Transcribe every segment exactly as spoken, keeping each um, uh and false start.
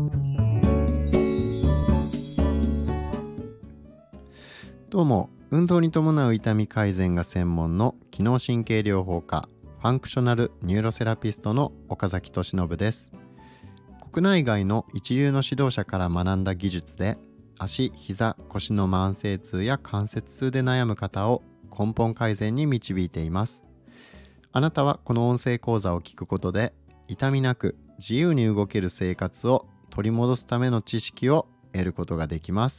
どうも、運動に伴う痛み改善が専門の機能神経療法科ファンクショナルニューロセラピストの岡崎俊信です。国内外の一流の指導者から学んだ技術で足、膝、腰の慢性痛や関節痛で悩む方を根本改善に導いています。あなたはこの音声講座を聞くことで痛みなく自由に動ける生活を取り戻すための知識を得ることができます。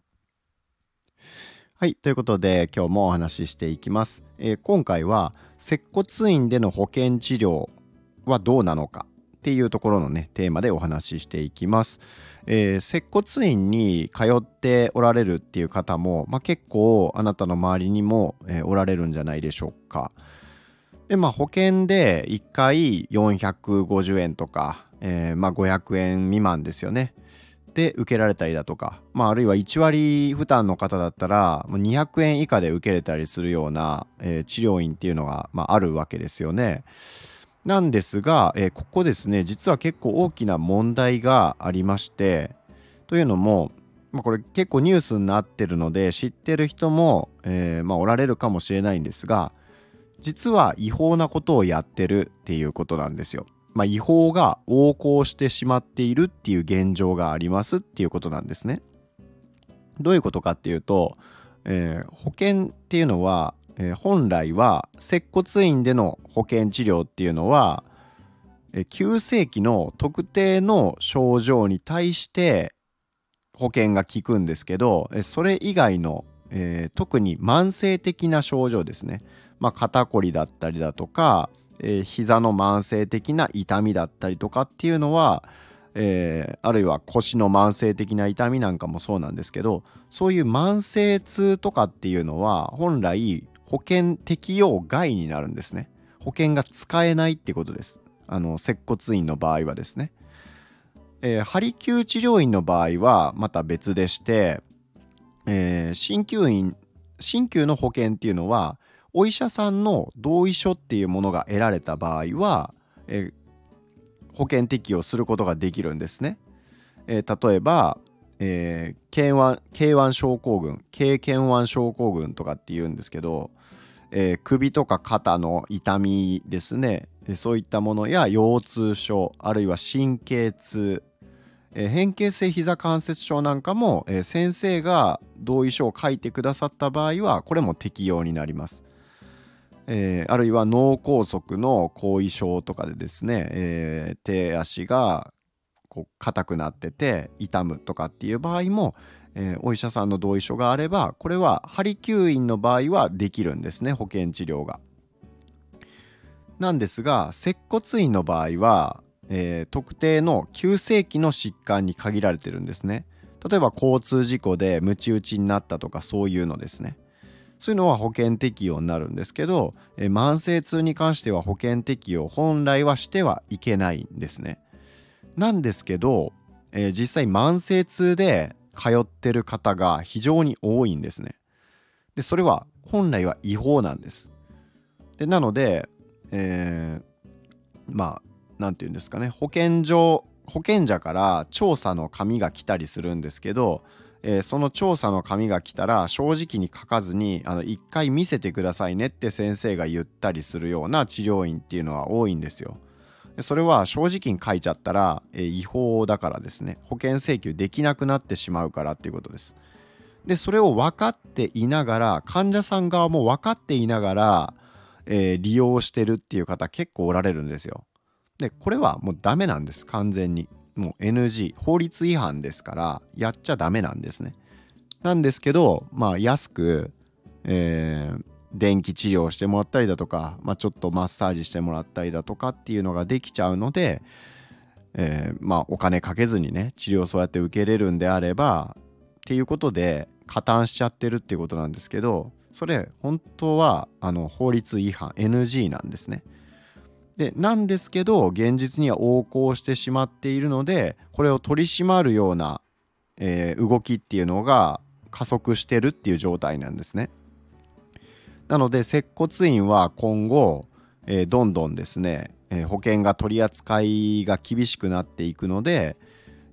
はい、ということで今日もお話ししていきます。えー、今回は接骨院での保険治療はどうなのかっていうところのねテーマでお話ししていきます。えー、接骨院に通っておられるっていう方も、まあ、結構あなたの周りにも、えー、おられるんじゃないでしょうか。でまあ保険でいっかいよんひゃくごじゅうえんとか、えー、まあごひゃくえん未満ですよね。で受けられたりだとか、まあ、あるいはいち割負担の方だったらにひゃくえん以下で受けれたりするような、えー、治療院っていうのが、まあ、あるわけですよね。なんですが、えー、ここですね実は結構大きな問題がありまして、というのも、まあ、これ結構ニュースになってるので知ってる人も、えーまあ、おられるかもしれないんですが、実は違法なことをやってるっていうことなんですよ。まあ、違法が横行してしまっているっていう現状がありますっていうことなんですね。どういうことかっていうと、えー、保険っていうのは、えー、本来は接骨院での保険治療っていうのは、えー、急性期の特定の症状に対して保険が効くんですけど、えー、それ以外の、えー、特に慢性的な症状ですね、まあ、肩こりだったりだとか、えー、膝の慢性的な痛みだったりとかっていうのは、えー、あるいは腰の慢性的な痛みなんかもそうなんですけど、そういう慢性痛とかっていうのは本来保険適用外になるんですね。保険が使えないってことです。あの接骨院の場合はですね、えー、鍼灸治療院の場合はまた別でして、えー、鍼灸院鍼灸の保険っていうのはお医者さんの同意書っていうものが得られた場合は、えー、保険適用することができるんですね。えー、例えば、えー、ケーワン 症候群経験腕症候群とかって言うんですけど、えー、首とか肩の痛みですね、そういったものや腰痛症、あるいは神経痛、えー、変形性膝関節症なんかも、えー、先生が同意書を書いてくださった場合はこれも適用になります。えー、あるいは脳梗塞の後遺症とかでですね、えー、手足がこう硬くなってて痛むとかっていう場合も、えー、お医者さんの同意書があればこれは鍼灸院の場合はできるんですね、保険治療が。なんですが接骨院の場合は、えー、特定の急性期の疾患に限られてるんですね。例えば交通事故でムチ打ちになったとかそういうのですね。そういうのは保険適用になるんですけど、えー、慢性痛に関しては保険適用本来はしてはいけないんですね。なんですけど、えー、実際慢性痛で通ってる方が非常に多いんですね。でそれは本来は違法なんです。でなので、えー、まあなんていうんですかね、保健所保険者から調査の紙が来たりするんですけど、えー、その調査の紙が来たら正直に書かずにあの一回見せてくださいねって先生が言ったりするような治療院っていうのは多いんですよ。それは正直に書いちゃったら、えー、違法だからですね、保険請求できなくなってしまうからっていうことです。でそれを分かっていながら、患者さん側も分かっていながら、えー、利用してるっていう方結構おられるんですよ。でこれはもうダメなんです。完全にもう エヌジー 法律違反ですからやっちゃダメなんですね。なんですけど、まあ安く、えー、電気治療してもらったりだとか、まあ、ちょっとマッサージしてもらったりだとかっていうのができちゃうので、えー、まあお金かけずにね治療をそうやって受けれるんであればっていうことで加担しちゃってるっていうことなんですけど、それ本当はあの法律違反 エヌジー なんですね。でなんですけど現実には横行してしまっているので、これを取り締まるような、えー、動きっていうのが加速してるっていう状態なんですね。なので接骨院は今後、えー、どんどんですね、えー、保険が取り扱いが厳しくなっていくので、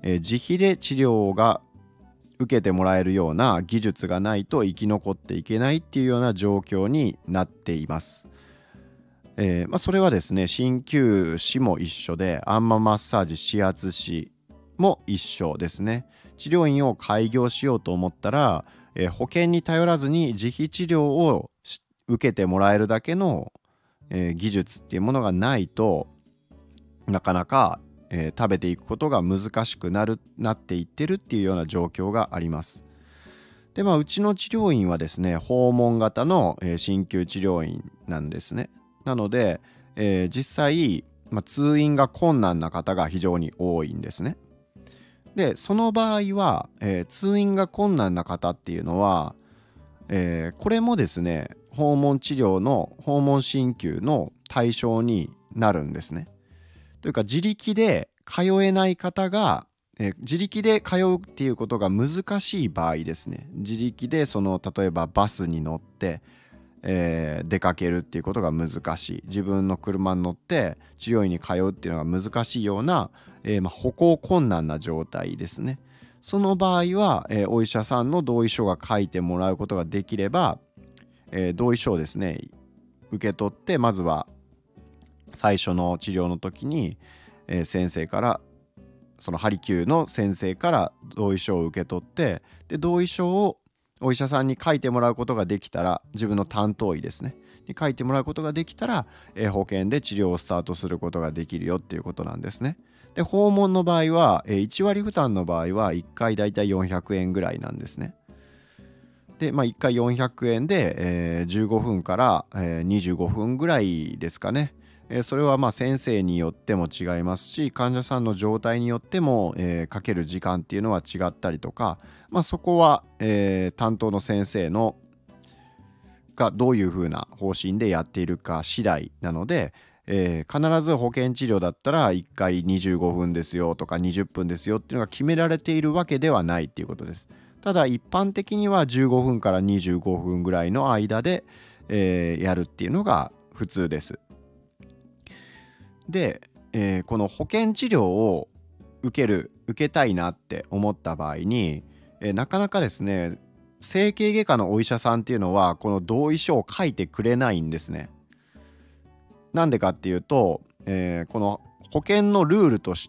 えー自費で治療が受けてもらえるような技術がないと生き残っていけないっていうような状況になっています。えーまあ、それはですね、鍼灸師も一緒で、あん摩マッサージ指圧師も一緒ですね。治療院を開業しようと思ったら、えー保険に頼らずに自費治療をし受けてもらえるだけの、えー技術っていうものがないとなかなか、えー食べていくことが難しくなるなっていってるっていうような状況があります。でまあうちの治療院はですね、訪問型の、えー鍼灸治療院なんですね。なので、えー実際、まあ、通院が困難な方が非常に多いんですね。でその場合は、えー通院が困難な方っていうのは、えーこれもですね、訪問治療の訪問鍼灸の対象になるんですね。というか自力で通えない方が、えー自力で通うっていうことが難しい場合ですね、自力でその例えばバスに乗って、えー出かけるっていうことが難しい、自分の車に乗って治療院に通うっていうのが難しいような、えーまあ、歩行困難な状態ですね。その場合は、えーお医者さんの同意書が書いてもらうことができれば、えー同意書をですね受け取って、まずは最初の治療の時に、えー先生からそのハリキューの先生から同意書を受け取って、で同意書をお医者さんに書いてもらうことができたら、自分の担当医ですねに書いてもらうことができたら、えー保険で治療をスタートすることができるよっていうことなんですね。で訪問の場合は、えーいち割負担の場合はいっかいだいたいよんひゃくえんぐらいなんですね。でまあいっかいよんひゃくえんで、えーじゅうごふんから、えーにじゅうごふんぐらいですかね。えーそれはまあ先生によっても違いますし、患者さんの状態によっても、えーかける時間っていうのは違ったりとか、まあ、そこは、えー担当の先生のがどういうふうな方針でやっているか次第なので、えー必ず保険治療だったらいっかいにじゅうごふんですよとかにじゅっぷんですよっていうのが決められているわけではないっていうことです。ただ一般的にはじゅうごふんからにじゅうごふんぐらいの間で、えーやるっていうのが普通です。で、えーこの保険治療を受ける受けたいなって思った場合に、えーなかなかですね、整形外科のお医者さんっていうのはこの同意書を書いてくれないんですね。なんでかっていうと、えーこの保険のルールとして、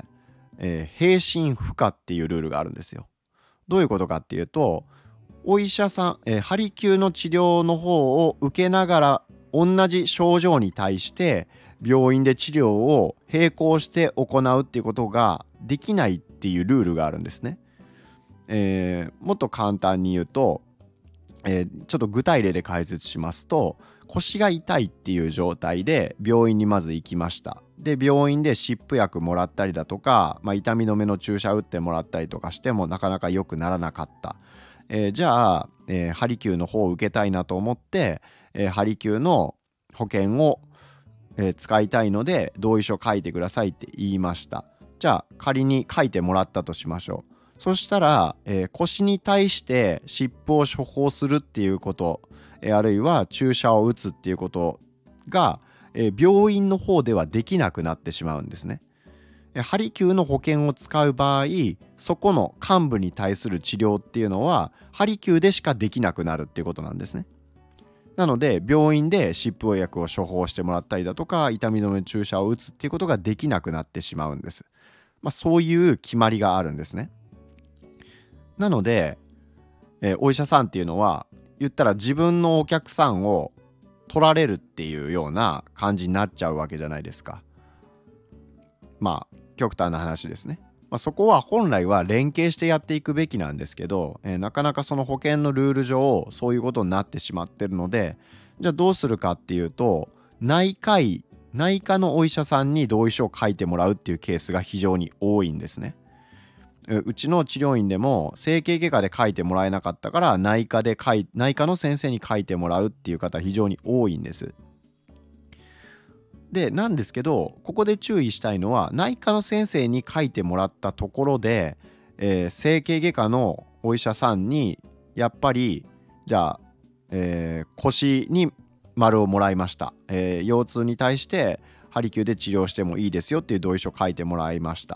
えー併診不可っていうルールがあるんですよ。どういうことかっていうと、お医者さん、えー、ハリキューの治療の方を受けながら同じ症状に対して病院で治療を並行して行うっていうことができないっていうルールがあるんですね。えーもっと簡単に言うと、えーちょっと具体例で解説しますと、腰が痛いっていう状態で病院にまず行きました。で病院で湿布薬もらったりだとか、まあ、痛み止めの注射打ってもらったりとかしてもなかなか良くならなかった。えーじゃあ、えーハリキューの方を受けたいなと思って、えーハリキューの保険を、えー使いたいので同意書書いてくださいって言いました。じゃあ仮に書いてもらったとしましょう。そしたら、えー腰に対して湿布を処方するっていうこと、えーあるいは注射を打つっていうことが、えー病院の方ではできなくなってしまうんですね。ハリキューの保険を使う場合、そこの患部に対する治療っていうのはハリキューでしかできなくなるっていうことなんですね。なので病院で湿布薬を処方してもらったりだとか、痛み止め注射を打つっていうことができなくなってしまうんです。まあ、そういう決まりがあるんですね。なので、えーお医者さんっていうのは言ったら自分のお客さんを取られるっていうような感じになっちゃうわけじゃないですか。まあ極端な話ですね。まあ、そこは本来は連携してやっていくべきなんですけど、えーなかなかその保険のルール上そういうことになってしまってるので、じゃあどうするかっていうと、内科医内科のお医者さんに同意書を書いてもらうっていうケースが非常に多いんですね。えうちの治療院でも整形外科で書いてもらえなかったから内科で書い内科の先生に書いてもらうっていう方非常に多いんです。でなんですけど、ここで注意したいのは、内科の先生に書いてもらったところで、えー整形外科のお医者さんにやっぱりじゃあ、えー腰に丸をもらいました、えー腰痛に対してハリキューで治療してもいいですよっていう同意書書いてもらいました。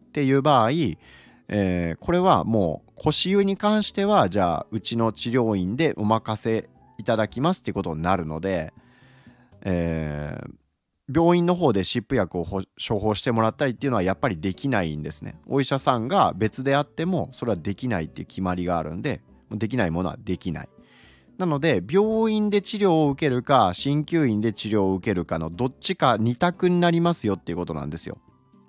っていう場合、えーこれはもう腰湯に関してはじゃあうちの治療院でお任せいただきますっていうことになるので、えー病院の方で湿布薬をほ処方してもらったりっていうのはやっぱりできないんですね。お医者さんが別であってもそれはできないっていう決まりがあるんで、できないものはできない。なので病院で治療を受けるか鍼灸院で治療を受けるかのどっちかに択になりますよっていうことなんですよ。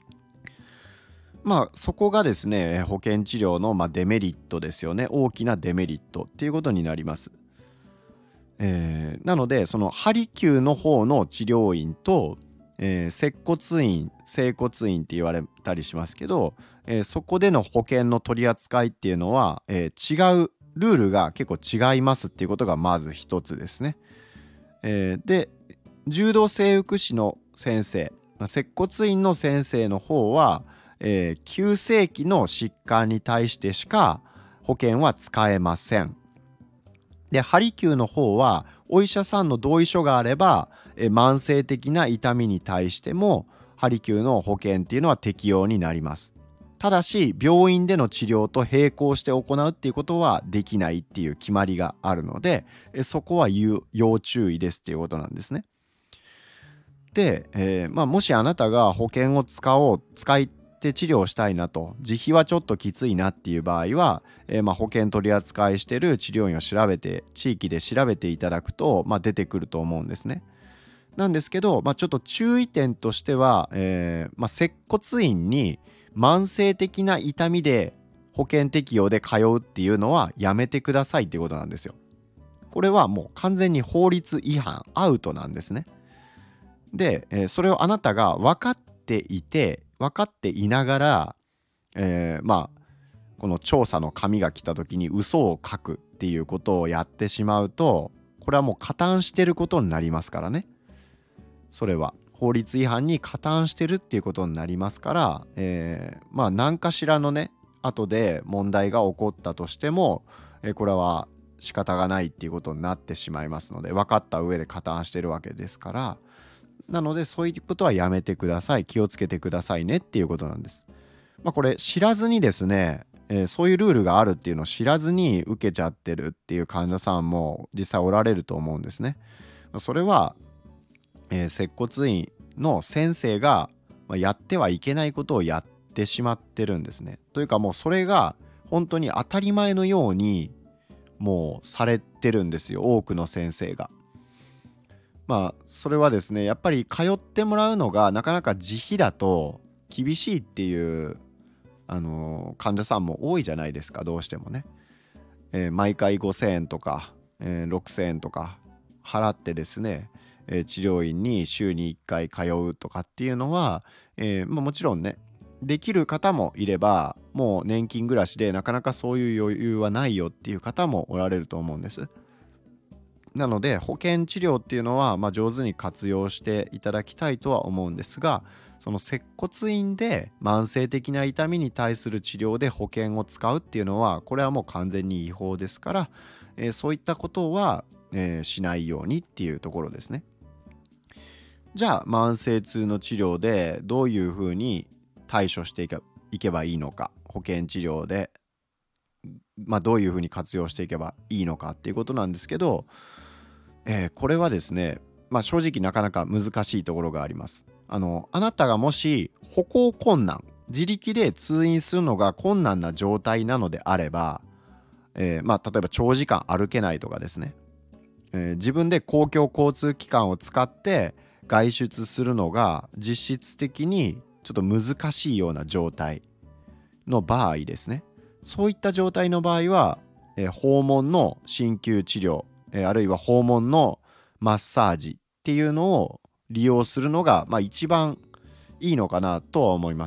まあそこがですね保険治療のまあデメリットですよね。大きなデメリットっていうことになります。えーなのでそのハリキューの方の治療院と、えー接骨院整骨院って言われたりしますけど、えーそこでの保険の取り扱いっていうのは、えー違うルールが結構違いますっていうことがまず一つですね。えーで柔道整復師の先生、まあ接骨院の先生の方は、えー急性期の疾患に対してしか保険は使えません。でハリキューの方はお医者さんの同意書があれば、え慢性的な痛みに対してもハリキューの保険っていうのは適用になります。ただし病院での治療と並行して行うっていうことはできないっていう決まりがあるので、えそこは要要注意ですっていうことなんですね。で、えーまあ、もしあなたが保険を使おう使って治療したいなと、自費はちょっときついなっていう場合は、えーまあ、保険取り扱いしてる治療院を調べて地域で調べていただくと、まあ、出てくると思うんですね。なんですけど、まあ、ちょっと注意点としては、えーまあ、接骨院に慢性的な痛みで保険適用で通うっていうのはやめてくださいっていうことなんですよ。これはもう完全に法律違反アウトなんですね。で、えーそれをあなたが分かっていて分かっていながら、えーまあこの調査の紙が来た時に嘘を書くっていうことをやってしまうと、これはもう加担してることになりますからね。それは法律違反に加担してるっていうことになりますから、えーまあ何かしらのね後で問題が起こったとしても、えーこれは仕方がないっていうことになってしまいますので、分かった上で加担してるわけですから、なのでそういうことはやめてください、気をつけてくださいねっていうことなんです。まあこれ知らずにですね、えーそういうルールがあるっていうのを知らずに受けちゃってるっていう患者さんも実際おられると思うんですね。それは、えー接骨院の先生がまあやってはいけないことをやってしまってるんですね。というかもうそれが本当に当たり前のようにもうされてるんですよ、多くの先生が。まあそれはですねやっぱり通ってもらうのがなかなか自費だと厳しいっていう、あのー患者さんも多いじゃないですか、どうしてもね。えー毎回ごせんえんとか、えーろくせんえんとか払ってですね、えー治療院に週にいっかい通うとかっていうのは、えーまあ、もちろんねできる方もいれば、もう年金暮らしでなかなかそういう余裕はないよっていう方もおられると思うんです。なので保険治療っていうのは、まあ、上手に活用していただきたいとは思うんですが、その接骨院で慢性的な痛みに対する治療で保険を使うっていうのはこれはもう完全に違法ですから、えーそういったことは、えーしないようにっていうところですね。じゃあ慢性痛の治療でどういうふうに対処していけいけばいいのか、保険治療で、まあ、どういうふうに活用していけばいいのかっていうことなんですけど、えーこれはですね、まあ、正直なかなか難しいところがあります。あのあなたがもし歩行困難、自力で通院するのが困難な状態なのであれば、えーまあ、例えば長時間歩けないとかですね、えー自分で公共交通機関を使って外出するのが実質的にちょっと難しいような状態の場合ですね、そういった状態の場合は、えー訪問の鍼灸治療、えーあるいは訪問のマッサージっていうのを利用するのが、まあ、一番いいのかなとは思います。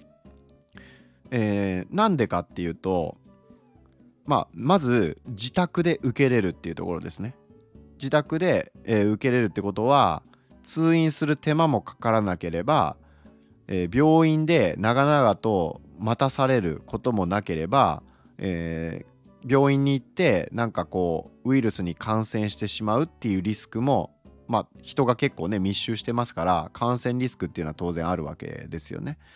えーなんでかっていうと、まあ、まず自宅で受けれるっていうところですね。自宅で、えー受けれるってことは通院する手間もかからなければ、えー病院で長々と待たされることもなければ、えー病院に行ってなんかこうウイルスに感染してしまうっていうリスクも、まあ人が結構ね密集してますから感染リスクっていうのは当然あるわけですよね。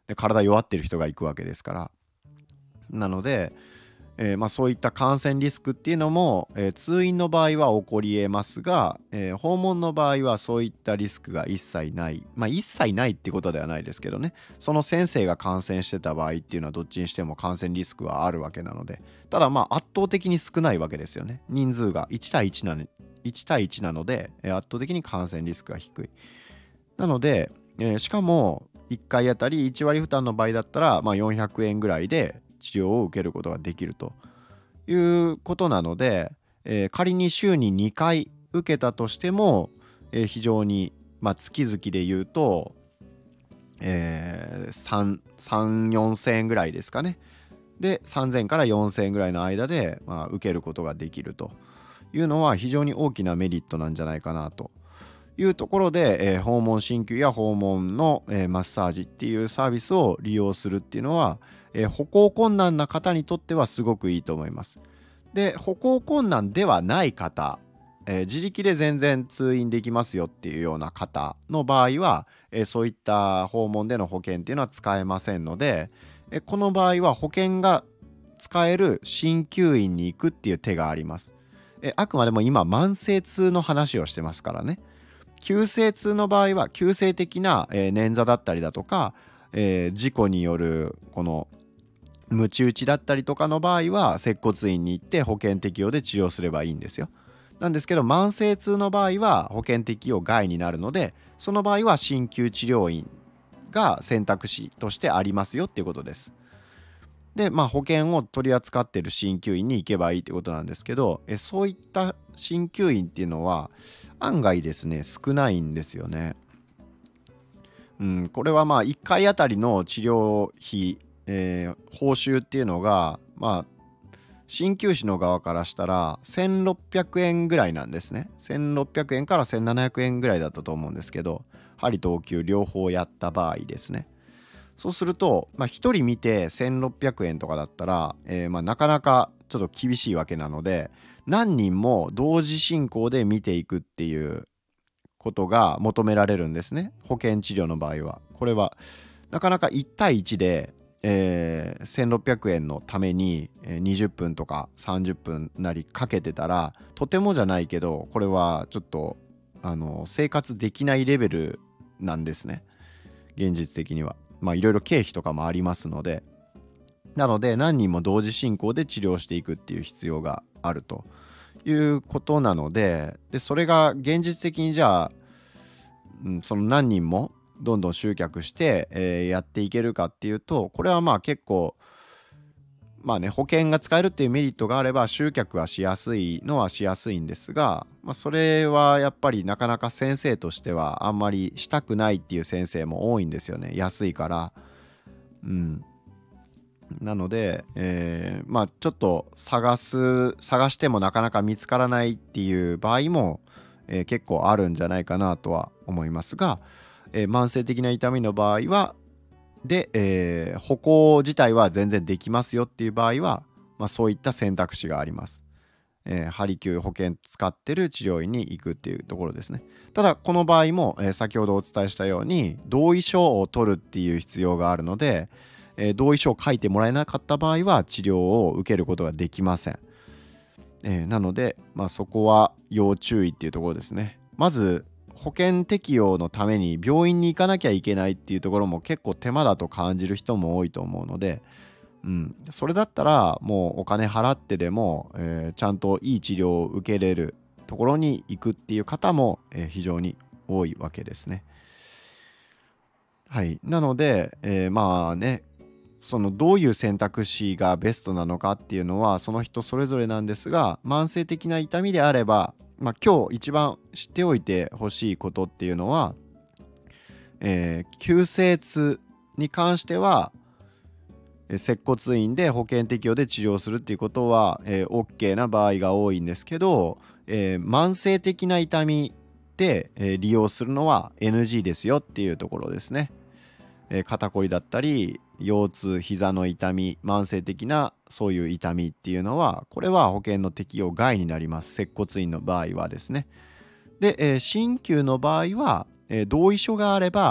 で体弱ってる人が行くわけですから。なので、えーまあ、そういった感染リスクっていうのも、えー通院の場合は起こりえますが、えー訪問の場合はそういったリスクが一切ない、まあ一切ないってことではないですけどね、その先生が感染してた場合っていうのはどっちにしても感染リスクはあるわけなので、ただまあ圧倒的に少ないわけですよね。人数がいち対いちなのいち対いちなので、えー圧倒的に感染リスクが低い。なので、えーしかもいっかいあたりいち割負担の場合だったら、まあ、よんひゃくえんぐらいで治療を受けることができるということなので、えー仮に週ににかい受けたとしても、えー非常に、まあ、月々で言うと、えー、さん、さん、よんせんえんぐらいですかね。で、さんぜんからよんせんえんぐらいの間で、まあ、受けることができるというのは非常に大きなメリットなんじゃないかなというところで、えー訪問鍼灸や訪問の、えーマッサージっていうサービスを利用するっていうのは、えー歩行困難な方にとってはすごくいいと思います。で、歩行困難ではない方、えー自力で全然通院できますよっていうような方の場合は、えーそういった訪問での保険っていうのは使えませんので、えーこの場合は保険が使える鍼灸院に行くっていう手があります。えーあくまでも今慢性痛の話をしてますからね。急性痛の場合は急性的な、えー捻挫だったりだとか、えー事故によるこのムチ打ちだったりとかの場合は接骨院に行って保険適用で治療すればいいんですよ。なんですけど慢性痛の場合は保険適用外になるので、その場合は鍼灸治療院が選択肢としてありますよっていうことです。で、まあ保険を取り扱っている鍼灸院に行けばいいってことなんですけど、えそういった鍼灸院っていうのは案外ですね少ないんですよね。うん、これはまあいっかいあたりの治療費、えー報酬っていうのがまあ鍼灸師の側からしたらせんろっぴゃくえんぐらいなんですね。せんろっぴゃくえんからせんななひゃくえんぐらいだったと思うんですけど、針とお灸両方やった場合ですね。そうすると、まあ、ひとり見てせんろっぴゃくえんとかだったら、えーまあ、なかなかちょっと厳しいわけなので、何人も同時進行で見ていくっていうことが求められるんですね。保険治療の場合は。これはなかなかいち対いちで、えーせんろっぴゃくえんのためにえーにじゅっぷんとかさんじゅっぷんなりかけてたら、とてもじゃないけどこれはちょっとあの生活できないレベルなんですね、現実的には。まあいろいろ経費とかもありますので、なので何人も同時進行で治療していくっていう必要があるということなので、でそれが現実的にじゃあ、うん、その何人もどんどん集客して、えーやっていけるかっていうと、これはまあ結構まあね、保険が使えるっていうメリットがあれば集客はしやすいのはしやすいんですが、まあ、それはやっぱりなかなか先生としてはあんまりしたくないっていう先生も多いんですよね、安いから。うんなので、えーまあちょっと探す探してもなかなか見つからないっていう場合も、えー結構あるんじゃないかなとは思いますが、えー慢性的な痛みの場合はで、えー歩行自体は全然できますよっていう場合は、まあ、そういった選択肢があります。えー、ハリキュー保険使ってる治療院に行くっていうところですね。ただこの場合も、えー先ほどお伝えしたように同意書を取るっていう必要があるので、えー同意書を書いてもらえなかった場合は治療を受けることができません。えーなので、まあ、そこは要注意っていうところですね。まず保険適用のために病院に行かなきゃいけないっていうところも結構手間だと感じる人も多いと思うので、うん、それだったらもうお金払ってでも、えーちゃんといい治療を受けれるところに行くっていう方も、えー非常に多いわけですね。はい、なので、えーまあねそのどういう選択肢がベストなのかっていうのはその人それぞれなんですが、慢性的な痛みであれば、まあ、今日一番知っておいてほしいことっていうのは、えー急性痛に関してはえー接骨院で保険適用で治療するっていうことは、えー OK な場合が多いんですけど、えー慢性的な痛みで、えー利用するのは エヌジー ですよっていうところですね。えー肩こりだったり腰痛膝の痛み慢性的なそういう痛みっていうのはこれは保険の適用外になります、接骨院の場合はですね。で、えー鍼灸の場合は、えー同意書があれば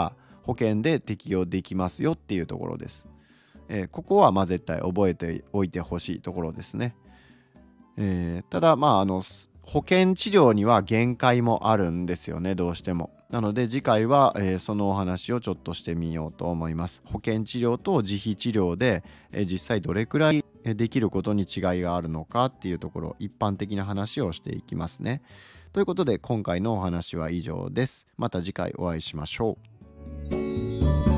保険で適用できますよっていうところです。えー、ここはまあ絶対覚えておいてほしいところですね。えー、ただまああの保険治療には限界もあるんですよね、どうしても。なので次回は、えー、そのお話をちょっとしてみようと思います。保険治療と自費治療で、えー、実際どれくらいできることに違いがあるのかっていうところ、一般的な話をしていきますね。ということで今回のお話は以上です。また次回お会いしましょう。